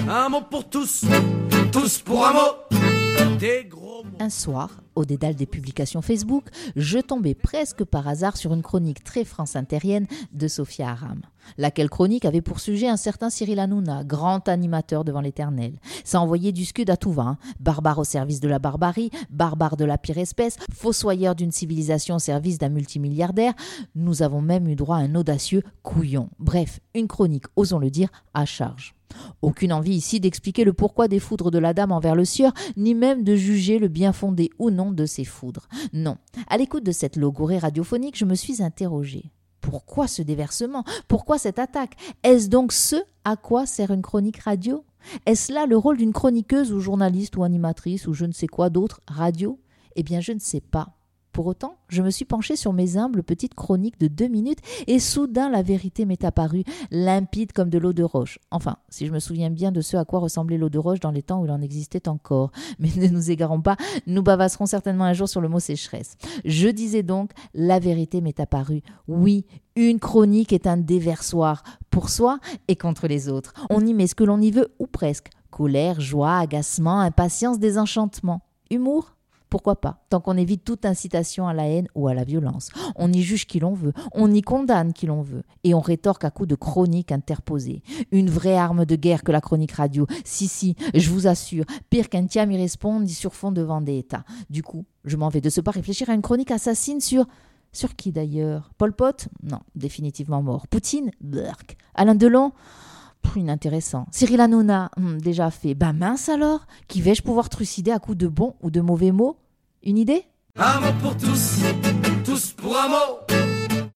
Un mot pour tous, tous pour un mot. Des gros mots. Un soir, au dédale des publications Facebook, je tombais presque par hasard sur une chronique très france-intérienne de Sophia Aram. Laquelle chronique avait pour sujet un certain Cyril Hanouna, grand animateur devant l'Éternel. Ça envoyait du scud à tout va, hein. Barbare au service de la barbarie, barbare de la pire espèce, fossoyeur d'une civilisation au service d'un multimilliardaire. Nous avons même eu droit à un audacieux couillon. Bref, une chronique, osons le dire, à charge. Aucune envie ici d'expliquer le pourquoi des foudres de la dame envers le sieur, ni même de juger le bien fondé ou non de ces foudres. Non, à l'écoute de cette logorée radiophonique, je me suis interrogée. Pourquoi ce déversement ? Pourquoi cette attaque ? Est-ce donc ce à quoi sert une chronique radio ? Est-ce là le rôle d'une chroniqueuse ou journaliste ou animatrice ou je ne sais quoi d'autre radio ? Eh bien, je ne sais pas. Pour autant, je me suis penchée sur mes humbles petites chroniques de 2 minutes et soudain la vérité m'est apparue, limpide comme de l'eau de roche. Enfin, si je me souviens bien de ce à quoi ressemblait l'eau de roche dans les temps où il en existait encore. Mais ne nous égarons pas, nous bavasserons certainement un jour sur le mot sécheresse. Je disais donc, la vérité m'est apparue. Oui, une chronique est un déversoir, pour soi et contre les autres. On y met ce que l'on y veut, ou presque. Colère, joie, agacement, impatience, désenchantement. Humour ? Pourquoi pas, tant qu'on évite toute incitation à la haine ou à la violence. On y juge qui l'on veut, on y condamne qui l'on veut, et on rétorque à coups de chroniques interposées. Une vraie arme de guerre que la chronique radio. Si, je vous assure, pire qu'un tiam y répondre sur fond de vendetta. Du coup, je m'en vais de ce pas réfléchir à une chronique assassine sur qui d'ailleurs ? Pol Pot ? Non, définitivement mort. Poutine ? Berk. Alain Delon ? Inintéressant. Cyril Hanouna, déjà fait. Ben mince alors, qui vais-je pouvoir trucider à coups de bons ou de mauvais mots ? Une idée ? Un mot pour tous, tous pour un mot.